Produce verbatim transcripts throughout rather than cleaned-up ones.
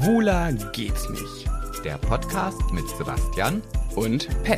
Schwuler geht's nicht. Der Podcast mit Sebastian Und Pet.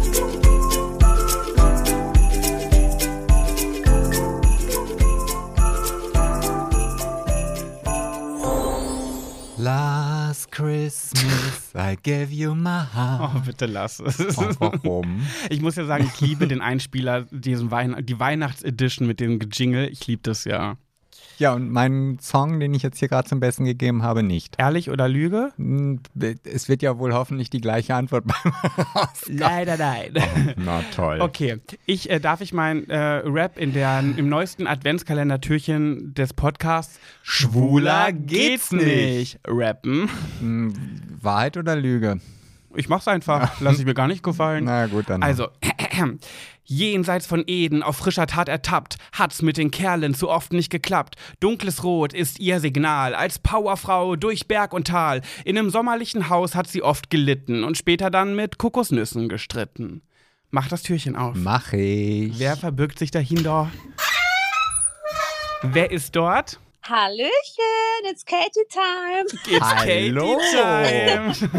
Last Christmas I gave you my heart. Oh, bitte lass es. Oh, warum? Ich muss ja sagen, ich liebe den Einspieler, diesen Weihn- die Weihnachtsedition mit dem Jingle. Ich liebe das ja. Ja, und meinen Song, den ich jetzt hier gerade zum Besten gegeben habe, nicht. Ehrlich oder Lüge? Es wird ja wohl hoffentlich die gleiche Antwort beim Rauskommen. Leider nein. Oh, na toll. Okay, ich, äh, darf ich mein äh, Rap in der, im neuesten Adventskalender-Türchen des Podcasts Schwuler geht's nicht rappen? Hm, Wahrheit oder Lüge? Ich mach's einfach, lass ich mir gar nicht gefallen. Na gut, dann. Also, jenseits von Eden, auf frischer Tat ertappt, hat's mit den Kerlen zu oft nicht geklappt. Dunkles Rot ist ihr Signal, als Powerfrau durch Berg und Tal. In einem sommerlichen Haus hat sie oft gelitten und später dann mit Kokosnüssen gestritten. Mach das Türchen auf. Mach ich. Wer verbirgt sich dahinter? Wer ist dort? Hallöchen, it's Katie time. It's Hallo. Katie time.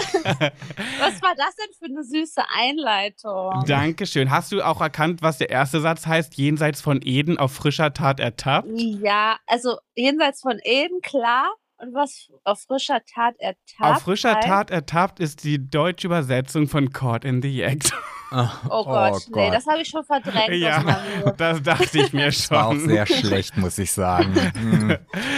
Was war das denn für eine süße Einleitung? Dankeschön. Hast du auch erkannt, was der erste Satz heißt? Jenseits von Eden, auf frischer Tat ertappt? Ja, also jenseits von Eden, klar. Und was auf frischer Tat ertappt? Auf frischer heißt? Tat ertappt ist die deutsche Übersetzung von Caught in the Act. Oh, Oh Gott, oh nee, Gott. das habe ich schon verdrängt. aus Ja, meinem Leben. das dachte ich mir Das war auch schon. sehr schlecht, muss ich sagen. Hm.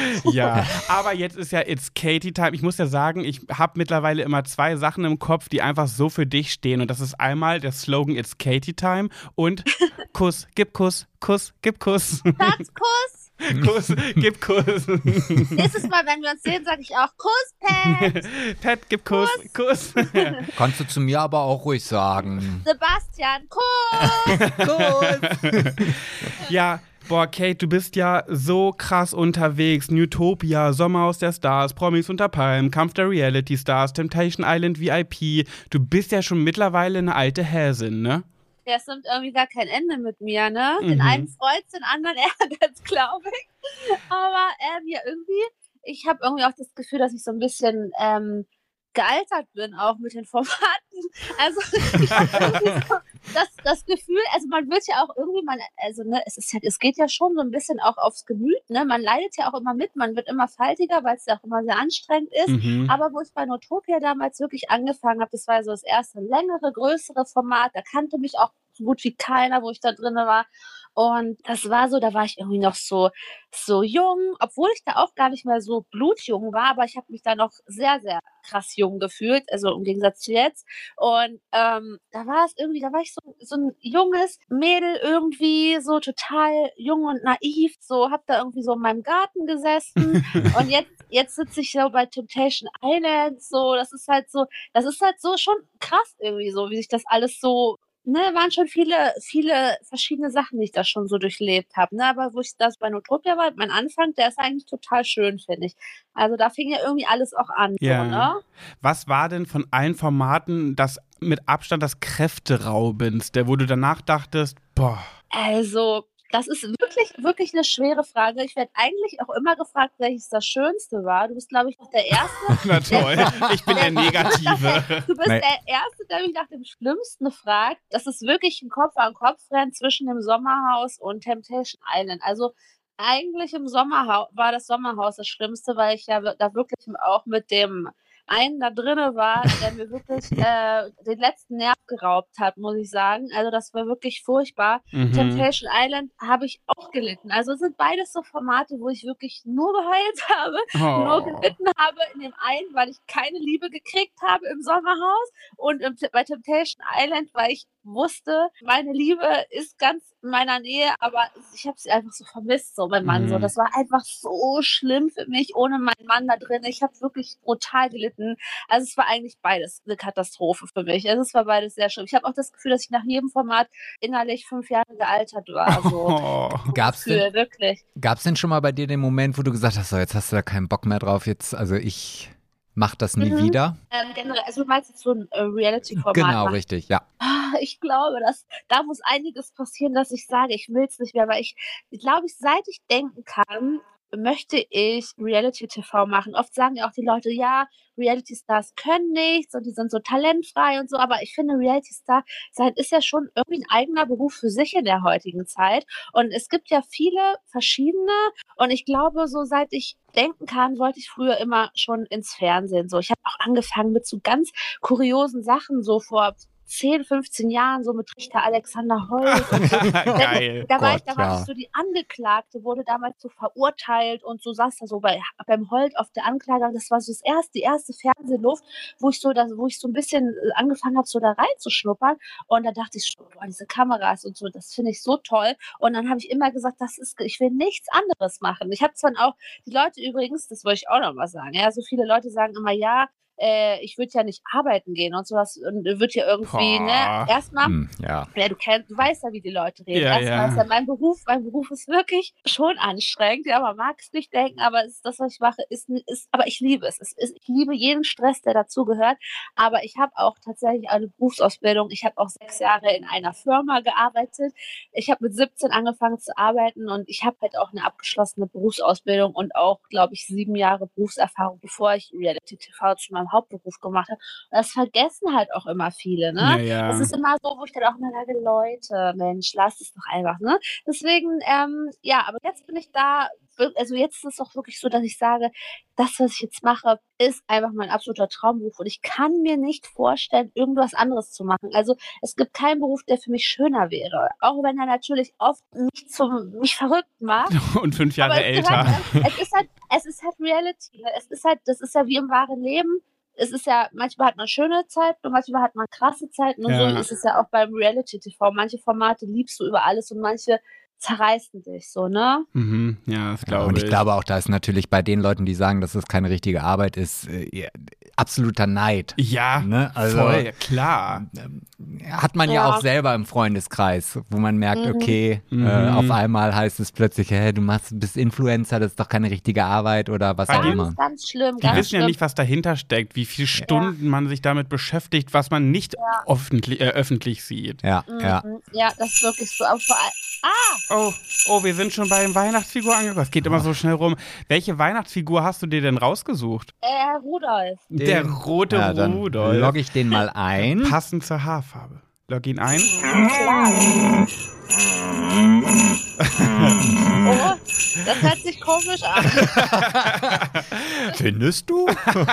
Ja, aber jetzt ist ja It's Katie Time. Ich muss ja sagen, ich habe mittlerweile immer zwei Sachen im Kopf, die einfach so für dich stehen. Und das ist einmal der Slogan It's Katie Time und Kuss, gib Kuss, Kuss, gib Kuss. Schatzkuss. Kuss, gib Kuss. Nächstes Mal, wenn wir uns sehen, sage ich auch Kuss, Pet. Pat, gib Kuss, Kuss. Kannst du zu mir aber auch ruhig sagen. Sebastian, Kuss. Kuss. Ja, boah, Kate, du bist ja so krass unterwegs. Newtopia, Sommerhaus der Stars, Promis unter Palmen, Kampf der Reality Stars, Temptation Island V I P. Du bist ja schon mittlerweile eine alte Häsin, ne? Ja, es nimmt irgendwie gar kein Ende mit mir, ne? Mhm. Den einen freut's, den anderen ärgert's, glaube ich. Aber ähm, ja, irgendwie, ich habe irgendwie auch das Gefühl, dass ich so ein bisschen ähm, gealtert bin, auch mit den Formaten. Also ich habe irgendwie so das, das Gefühl, also man wird ja auch irgendwie, man, also ne, es ist ja, es geht ja schon so ein bisschen auch aufs Gemüt, ne? Man leidet ja auch immer mit, man wird immer faltiger, weil es ja auch immer sehr anstrengend ist. Mhm. Aber wo ich bei Notopia damals wirklich angefangen habe, das war so das erste längere, größere Format, da kannte mich auch so gut wie keiner, wo ich da drin war. Und das war so, da war ich irgendwie noch so, so jung, obwohl ich da auch gar nicht mehr so blutjung war, aber ich habe mich da noch sehr, sehr krass jung gefühlt, also im Gegensatz zu jetzt. Und ähm, da war es irgendwie, da war ich so, so ein junges Mädel irgendwie, so total jung und naiv, so hab da irgendwie so in meinem Garten gesessen und jetzt, jetzt sitze ich so bei Temptation Island, so, das ist halt so, das ist halt so schon krass irgendwie so, wie sich das alles so, ne, waren schon viele, viele verschiedene Sachen, die ich da schon so durchlebt habe, ne, aber wo ich das bei Notopia war, mein Anfang, der ist eigentlich total schön, finde ich. Also da fing ja irgendwie alles auch an, Ja. so, ne? Was war denn von allen Formaten das mit Abstand das Kräfteraubendste, wo du danach dachtest, boah. Also, das ist wirklich, wirklich eine schwere Frage. Ich werde eigentlich auch immer gefragt, welches das Schönste war. Du bist, glaube ich, noch der Erste. Na toll, ich bin der Negative. Du bist Nee. der Erste, der mich nach dem Schlimmsten fragt. Das ist wirklich ein Kopf-an-Kopf-Rennen zwischen dem Sommerhaus und Temptation Island. Also eigentlich im Sommerhaus war das Sommerhaus das Schlimmste, weil ich ja da wirklich auch mit dem einen da drinne war, der mir wirklich äh, den letzten Nerv geraubt hat, muss ich sagen. Also das war wirklich furchtbar. Mhm. Temptation Island habe ich auch gelitten. Also es sind beides so Formate, wo ich wirklich nur geheult habe, nur Oh. gelitten habe in dem einen, weil ich keine Liebe gekriegt habe im Sommerhaus und im, bei Temptation Island, weil ich wusste, meine Liebe ist ganz in meiner Nähe, aber ich habe sie einfach so vermisst, so mein Mann. Mhm. So, das war einfach so schlimm für mich, ohne meinen Mann da drin. Ich habe wirklich brutal gelitten. Also es war eigentlich beides eine Katastrophe für mich. Also es war beides sehr schlimm. Ich habe auch das Gefühl, dass ich nach jedem Format innerlich fünf Jahre gealtert war. So. Oh. Gab's denn, Gefühl, wirklich. gab's denn schon mal bei dir den Moment, wo du gesagt hast, so, jetzt hast du da keinen Bock mehr drauf, jetzt, also ich mach das nie Mhm. wieder? Ähm, generell, also du meinst jetzt so ein äh, Reality-Format Genau, machen. richtig, ja. Ah, Ich glaube, dass da muss einiges passieren, dass ich sage, ich will es nicht mehr, weil ich, glaube ich, seit ich denken kann, möchte ich Reality-T V machen. Oft sagen ja auch die Leute, ja, Reality-Stars können nichts und die sind so talentfrei und so, aber ich finde, Reality-Star sein ist ja schon irgendwie ein eigener Beruf für sich in der heutigen Zeit. Und es gibt ja viele verschiedene und ich glaube, so seit ich denken kann, wollte ich früher immer schon ins Fernsehen. So, ich habe auch angefangen mit so ganz kuriosen Sachen, so vor zehn, fünfzehn Jahren, so mit Richter Alexander Holt und so. Geil. Da, da war Gott, ich, da war ja. ich so die Angeklagte, wurde damals so verurteilt und so saß da so bei, beim Holt auf der Anklage. Und das war so das erste, die erste Fernsehluft, wo ich so, da, wo ich so ein bisschen äh, angefangen habe, so da reinzuschnuppern. Und da dachte ich schon, boah, diese Kameras und so, das finde ich so toll. Und dann habe ich immer gesagt, das ist, ich will nichts anderes machen. Ich habe zwar auch, die Leute übrigens, das wollte ich auch noch mal sagen, ja, so viele Leute sagen immer, ja, äh, ich würde ja nicht arbeiten gehen und sowas und würde ja irgendwie, Boah. ne, erstmal, Hm, ja. ja, du kennst, du weißt ja, wie die Leute reden. Ja, Erstmal ja. ist ja mein Beruf, mein Beruf ist wirklich schon anstrengend, ja, man mag es nicht denken, aber es ist das, was ich mache, ist, ist aber ich liebe es. es ist, ich liebe jeden Stress, der dazugehört, aber ich habe auch tatsächlich eine Berufsausbildung. Ich habe auch sechs Jahre in einer Firma gearbeitet. Ich habe mit siebzehn angefangen zu arbeiten und ich habe halt auch eine abgeschlossene Berufsausbildung und auch, glaube ich, sieben Jahre Berufserfahrung, bevor ich Reality-T V zu meinem Hauptberuf gemacht habe. Und das vergessen halt auch immer viele, ne? Ja, ja. Das ist immer so, wo ich dann auch immer sage, Leute, Mensch, lasst es doch einfach, ne? Deswegen, ähm, ja, aber jetzt bin ich da, also jetzt ist es auch wirklich so, dass ich sage, das, was ich jetzt mache, ist einfach mein absoluter Traumberuf und ich kann mir nicht vorstellen, irgendwas anderes zu machen. Also es gibt keinen Beruf, der für mich schöner wäre, auch wenn er natürlich oft mich zum mich verrückt macht. Und fünf Jahre Aber es älter. gehört, es ist halt, es ist halt Reality. Ne? Es ist halt, das ist ja wie im wahren Leben. Es ist ja, manchmal hat man schöne Zeiten und manchmal hat man krasse Zeiten und Ja. so ist es ja auch beim Reality-T V. Manche Formate liebst du über alles und manche zerreißen dich so, ne? Mhm, ja, das Ja, glaube und ich ich. glaube auch, da ist natürlich bei den Leuten, die sagen, dass es keine richtige Arbeit ist, äh, absoluter Neid. Ja, Ne? Also, voll, klar. Hat man ja. Ja. auch selber im Freundeskreis, wo man merkt, Mhm. okay, Mhm. äh, auf einmal heißt es plötzlich, hey, du machst, bist Influencer, das ist doch keine richtige Arbeit oder was Bei auch den- immer. Ganz, ganz schlimm, Die ganz wissen schlimm. ja nicht, was dahinter steckt, wie viele Stunden man sich damit beschäftigt, was man nicht Ja. öffentlich, äh, öffentlich sieht. Ja, Mhm. ja. Ja, das ist wirklich so. Aber vor allem, ah, Oh, oh, wir sind schon bei den Weihnachtsfigur angekommen. Es geht immer so schnell rum. Welche Weihnachtsfigur hast du dir denn rausgesucht? äh, Rudolf. Der rote ja, dann Rudolf. logge ich den mal ein. Passend zur Haarfarbe. Log ihn ein. Klar. Oh, das hört sich komisch an. Findest du?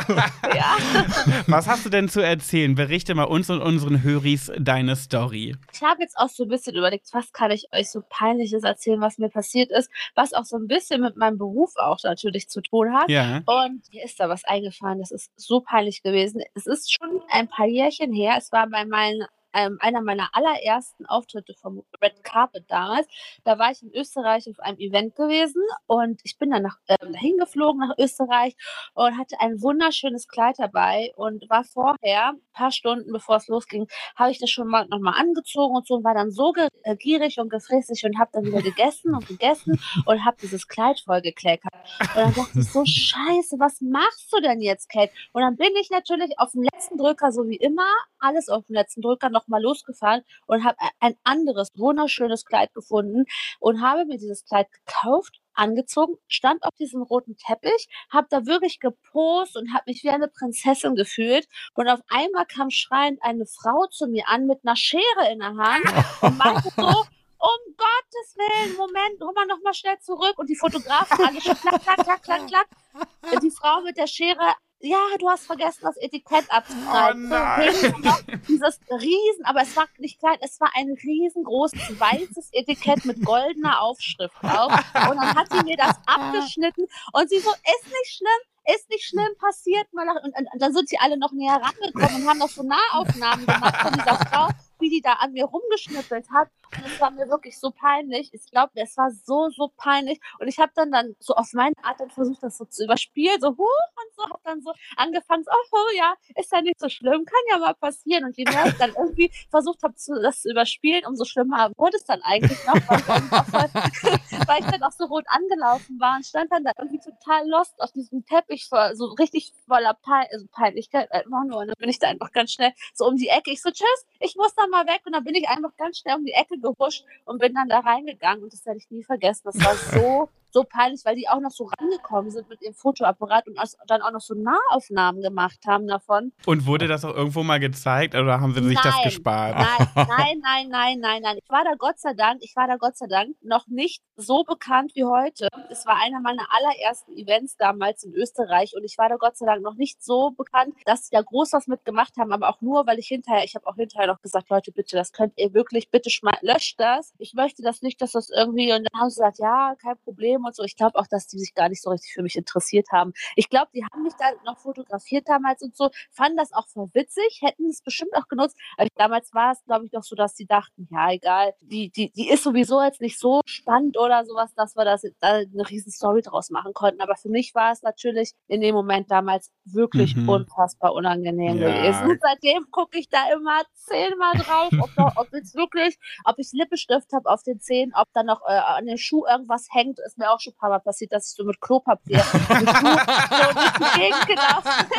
Ja. Was hast du denn zu erzählen? Berichte mal uns und unseren Höris deine Story. Ich habe jetzt auch so ein bisschen überlegt, was kann ich euch so Peinliches erzählen, was mir passiert ist, was auch so ein bisschen mit meinem Beruf auch natürlich zu tun hat. Ja. Und mir ist da was eingefallen, das ist so peinlich gewesen. Es ist schon ein paar Jährchen her. Es war bei meinen ähm, einer meiner allerersten Auftritte vom Red Carpet damals. Da war ich in Österreich auf einem Event gewesen und ich bin dann nach, ähm, dahin geflogen nach Österreich und hatte ein wunderschönes Kleid dabei und war vorher, ein paar Stunden bevor es losging, habe ich das schon mal nochmal angezogen und so und war dann so ge- äh, gierig und gefräßig und habe dann wieder gegessen und gegessen und habe dieses Kleid vollgekleckert. Und dann dachte ich so, scheiße, was machst du denn jetzt, Kate? Und dann bin ich natürlich auf dem letzten Drücker, so wie immer, alles auf dem letzten Drücker nochmal losgefahren und habe ein anderes, wunderschönes Kleid gefunden und habe mir dieses Kleid gekauft, angezogen, stand auf diesem roten Teppich, habe da wirklich gepost und habe mich wie eine Prinzessin gefühlt. Und auf einmal kam schreiend eine Frau zu mir an mit einer Schere in der Hand und meinte so, um Gottes Willen, Moment, hol mal noch mal schnell zurück. Und die Fotografen alle schon klack, klack, klack, klack, klack. Und die Frau mit der Schere, ja, du hast vergessen, das Etikett abzustreifen. Oh nein. So, hinten noch dieses riesen, aber es war nicht klein, es war ein riesengroßes weißes Etikett mit goldener Aufschrift drauf. Und dann hat sie mir das abgeschnitten und sie so, ist nicht schlimm, ist nicht schlimm, passiert mal. Und, und, und dann sind sie alle noch näher rangekommen und haben noch so Nahaufnahmen gemacht von dieser Frau, wie die da an mir rumgeschnippelt hat. Und es war mir wirklich so peinlich. Ich glaube, es war so, so peinlich. Und ich habe dann, dann so auf meine Art dann versucht, das so zu überspielen, so hoch und so, habe dann so angefangen, so, oh ja, ist ja nicht so schlimm, kann ja mal passieren. Und je mehr ich dann irgendwie versucht habe, das zu überspielen, umso schlimmer wurde es dann eigentlich noch, weil, ich auch voll, weil ich dann auch so rot angelaufen war und stand dann da irgendwie total lost auf diesem Teppich, vor, so richtig voller Pein also Peinlichkeit. Einfach nur. Und dann bin ich da einfach ganz schnell so um die Ecke. Ich so, tschüss, ich muss da mal weg. Und dann bin ich einfach ganz schnell um die Ecke gehuscht und bin dann da reingegangen. Und das werde ich nie vergessen. Das war so, so peinlich, weil die auch noch so rangekommen sind mit ihrem Fotoapparat und dann auch noch so Nahaufnahmen gemacht haben davon. Und wurde das auch irgendwo mal gezeigt oder haben sie sich nein, das gespart? Nein, nein, nein, nein, nein, nein. Ich war da Gott sei Dank, ich war da Gott sei Dank noch nicht so bekannt wie heute. Es war einer meiner allerersten Events damals in Österreich und ich war da Gott sei Dank noch nicht so bekannt, dass sie da groß was mitgemacht haben, aber auch nur, weil ich hinterher, ich habe auch hinterher noch gesagt, Leute, bitte, das könnt ihr wirklich, bitte schme- löscht das. Ich möchte das nicht, dass das irgendwie, und dann haben sie gesagt, ja, kein Problem und so. Ich glaube auch, dass die sich gar nicht so richtig für mich interessiert haben. Ich glaube, die haben mich da noch fotografiert damals und so, fanden das auch voll witzig, hätten es bestimmt auch genutzt. Aber damals war es, glaube ich, noch so, dass die dachten, ja, egal, die, die, die ist sowieso jetzt nicht so spannend oder sowas, dass wir das, da eine riesen Story draus machen konnten. Aber für mich war es natürlich in dem Moment damals wirklich Mhm. unfassbar unangenehm Ja. gewesen. Und seitdem gucke ich da immer zehnmal drauf, ob, noch, ob jetzt wirklich, ob ich Lippenstift habe auf den Zähnen, ob da noch äh, an den Schuh irgendwas hängt. Ist mir auch schon ein paar Mal passiert, dass ich so mit Klopapier mit Schuh so durch die Gegend gelaufen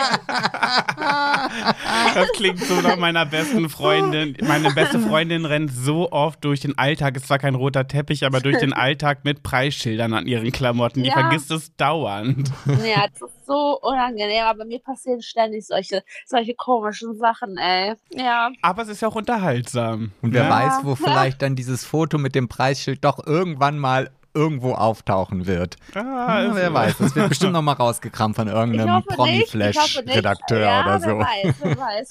bin. Das klingt so nach meiner besten Freundin. Meine beste Freundin rennt so oft durch den Alltag. Es war kein roter Teppich, aber durch den Alltag mit Preisschildern an ihren Klamotten. Die Ja. vergisst es dauernd. Ja, das ist so unangenehm, aber mir passieren ständig solche, solche komischen Sachen, ey. Ja. Aber es ist ja auch unterhaltsam. Und wer ne? weiß, wo vielleicht dann dieses Foto mit dem Preisschild doch irgendwann mal irgendwo auftauchen wird. Ah, Ja, wer also- weiß, das wird bestimmt noch mal rausgekramt von Ich irgendeinem hoffe nicht, ich hoffe nicht. Promi-Flash-Redakteur ja, oder wer so. weiß, wer weiß.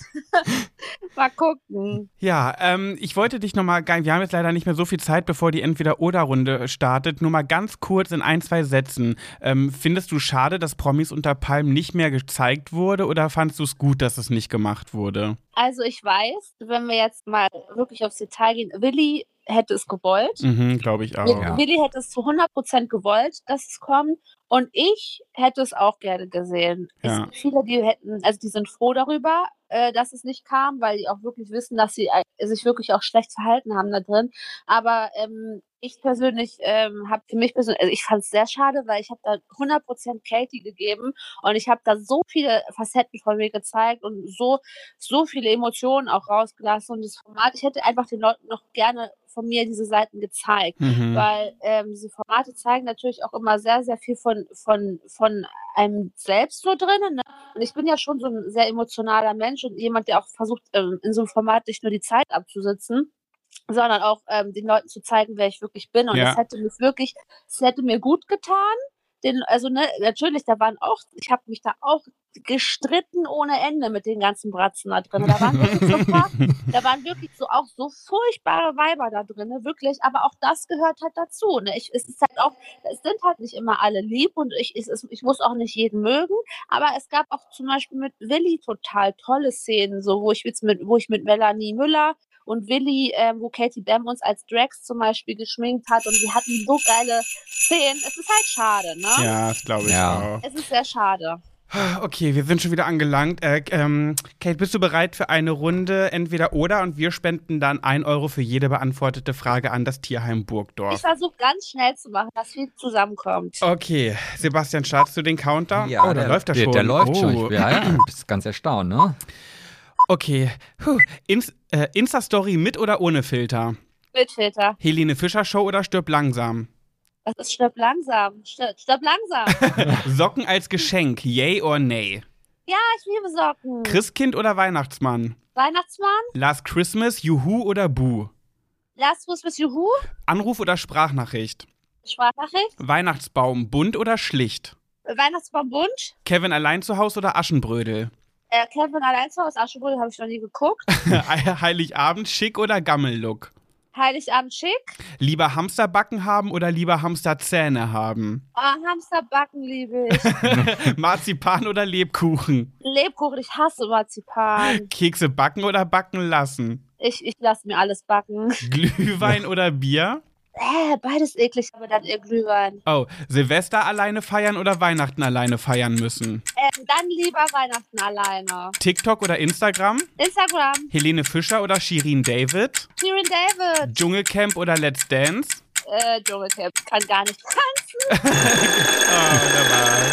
Mal gucken. Ja, ähm, ich wollte dich nochmal, wir haben jetzt leider nicht mehr so viel Zeit, bevor die Entweder-Oder-Runde startet, nur mal ganz kurz in ein, zwei Sätzen. Ähm, findest du schade, dass Promis unter Palmen nicht mehr gezeigt wurde oder fandst du es gut, dass es nicht gemacht wurde? Also ich weiß, wenn wir jetzt mal wirklich aufs Detail gehen, Willi hätte es gewollt. Mhm, glaube ich auch. Ja. Willi hätte es zu hundert Prozent gewollt, dass es kommt. Und ich hätte es auch gerne gesehen. Ja. Es gibt viele, die hätten, also die sind froh darüber, äh, dass es nicht kam, weil die auch wirklich wissen, dass sie äh, sich wirklich auch schlecht verhalten haben da drin. Aber ähm, ich persönlich ähm, habe für mich persönlich, also ich fand es sehr schade, weil ich habe da hundert Prozent Katie gegeben und ich habe da so viele Facetten von mir gezeigt und so, so viele Emotionen auch rausgelassen und das Format, ich hätte einfach den Leuten noch gerne von mir diese Seiten gezeigt, Mhm. weil ähm, diese Formate zeigen natürlich auch immer sehr, sehr viel von, von, von einem selbst so drinnen. Ne? Und ich bin ja schon so ein sehr emotionaler Mensch und jemand, der auch versucht, ähm, in so einem Format nicht nur die Zeit abzusitzen, sondern auch ähm, den Leuten zu zeigen, wer ich wirklich bin. Und Ja. das hätte mich wirklich, es hätte mir gut getan. Den, also ne, natürlich, da waren auch, ich habe mich da auch gestritten ohne Ende mit den ganzen Bratzen da drin. Da waren wirklich so paar, da waren wirklich so auch so furchtbare Weiber da drin, wirklich. Aber auch das gehört halt dazu. Ne? Ich, es ist halt auch, es sind halt nicht immer alle lieb und ich, ich, ich muss auch nicht jeden mögen. Aber es gab auch zum Beispiel mit Willi total tolle Szenen, so wo ich jetzt mit, wo ich mit Melanie Müller und Willi, ähm, wo Katie Bam uns als Drags zum Beispiel geschminkt hat und wir hatten so geile Szenen. Es ist halt schade, ne? Ja, das glaube ich Ja. auch. Es ist sehr schade. Okay, wir sind schon wieder angelangt. Äh, ähm, Kate, bist du bereit für eine Runde entweder oder und wir spenden dann ein Euro für jede beantwortete Frage an das Tierheim Ich Burgdorf. versuche ganz schnell zu machen, dass viel zusammenkommt. Okay, Sebastian, startest du den Countdown? Ja, oh, da läuft er schon. Der läuft oh. schon. Ich bin, ja, ja, bist ganz erstaunt, ne? Okay, Puh. Ins, äh, Insta-Story mit oder ohne Filter? Mit Filter. Helene Fischer Show oder Stirb langsam? Das ist stirb langsam. Stirb, stirb langsam. Socken als Geschenk, yay or nay? Ja, ich liebe Socken. Christkind oder Weihnachtsmann? Weihnachtsmann. Last Christmas, Juhu oder Buh? Last Christmas Juhu. Anruf oder Sprachnachricht? Sprachnachricht. Weihnachtsbaum, bunt oder schlicht? Weihnachtsbaum bunt. Kevin allein zu Hause oder Aschenbrödel? Äh, Kevin allein zu Hause. Aschenbrödel habe ich noch nie geguckt. Heiligabend, schick oder Gammellook? Heiligabend schick. Lieber Hamsterbacken haben oder lieber Hamsterzähne haben? Oh, Hamsterbacken liebe ich. Marzipan oder Lebkuchen? Lebkuchen, ich hasse Marzipan. Kekse backen oder backen lassen? Ich, ich lasse mir alles backen. Glühwein oder Bier? Äh, beides eklig, aber dann eher Glühwein. Oh, Silvester alleine feiern oder Weihnachten alleine feiern müssen? Ähm, dann lieber Weihnachten alleine. TikTok oder Instagram? Instagram. Helene Fischer oder Shirin David? Shirin David. Dschungelcamp oder Let's Dance? Äh, Dschungelcamp. Kann gar nicht tanzen. Oh, da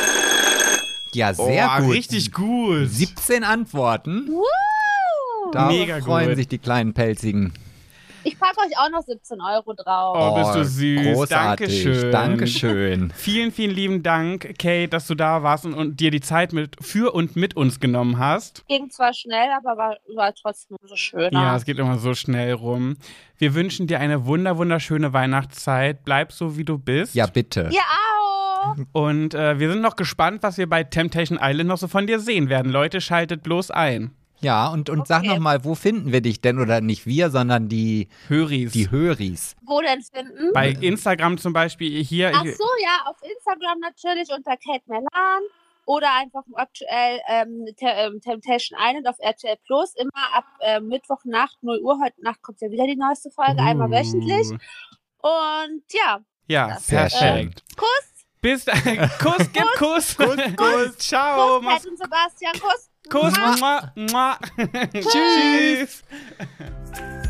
war Ja, sehr oh, gut. richtig gut. siebzehn Antworten. Woo! Da Mega freuen gut. sich die kleinen Pelzigen. Ich packe euch auch noch siebzehn Euro drauf. Oh, bist du süß. Großartig. Dankeschön. Dankeschön. Vielen, vielen lieben Dank, Kate, dass du da warst und, und dir die Zeit mit für und mit uns genommen hast. Ging zwar schnell, aber war, war trotzdem so schön. Ja, es geht immer so schnell rum. Wir wünschen dir eine wunder, wunderschöne Weihnachtszeit. Bleib so, wie du bist. Ja, bitte. Ihr auch. Und äh, wir sind noch gespannt, was wir bei Temptation Island noch so von dir sehen werden. Leute, schaltet bloß ein. Ja, und, und Okay. sag nochmal, wo finden wir dich denn? Oder nicht wir, sondern die, Höris. die Höris. Wo denn finden? Bei Instagram zum Beispiel hier. Ach so, ja, auf Instagram natürlich unter Kate Melan oder einfach aktuell ähm, Te ähm, Temptation Island auf R T L Plus, immer ab äh, Mittwochnacht, null Uhr. Heute Nacht kommt ja wieder die neueste Folge, einmal wöchentlich. Und ja, Ja, Das, Sehr perfekt. Kuss, Bis dann. Kuss, gib Kuss. Kuss, Kuss. Ciao. Kuss, Mach's Kate und Sebastian, Kuss. Kuss. Mua. Mua, mua. Tschüss.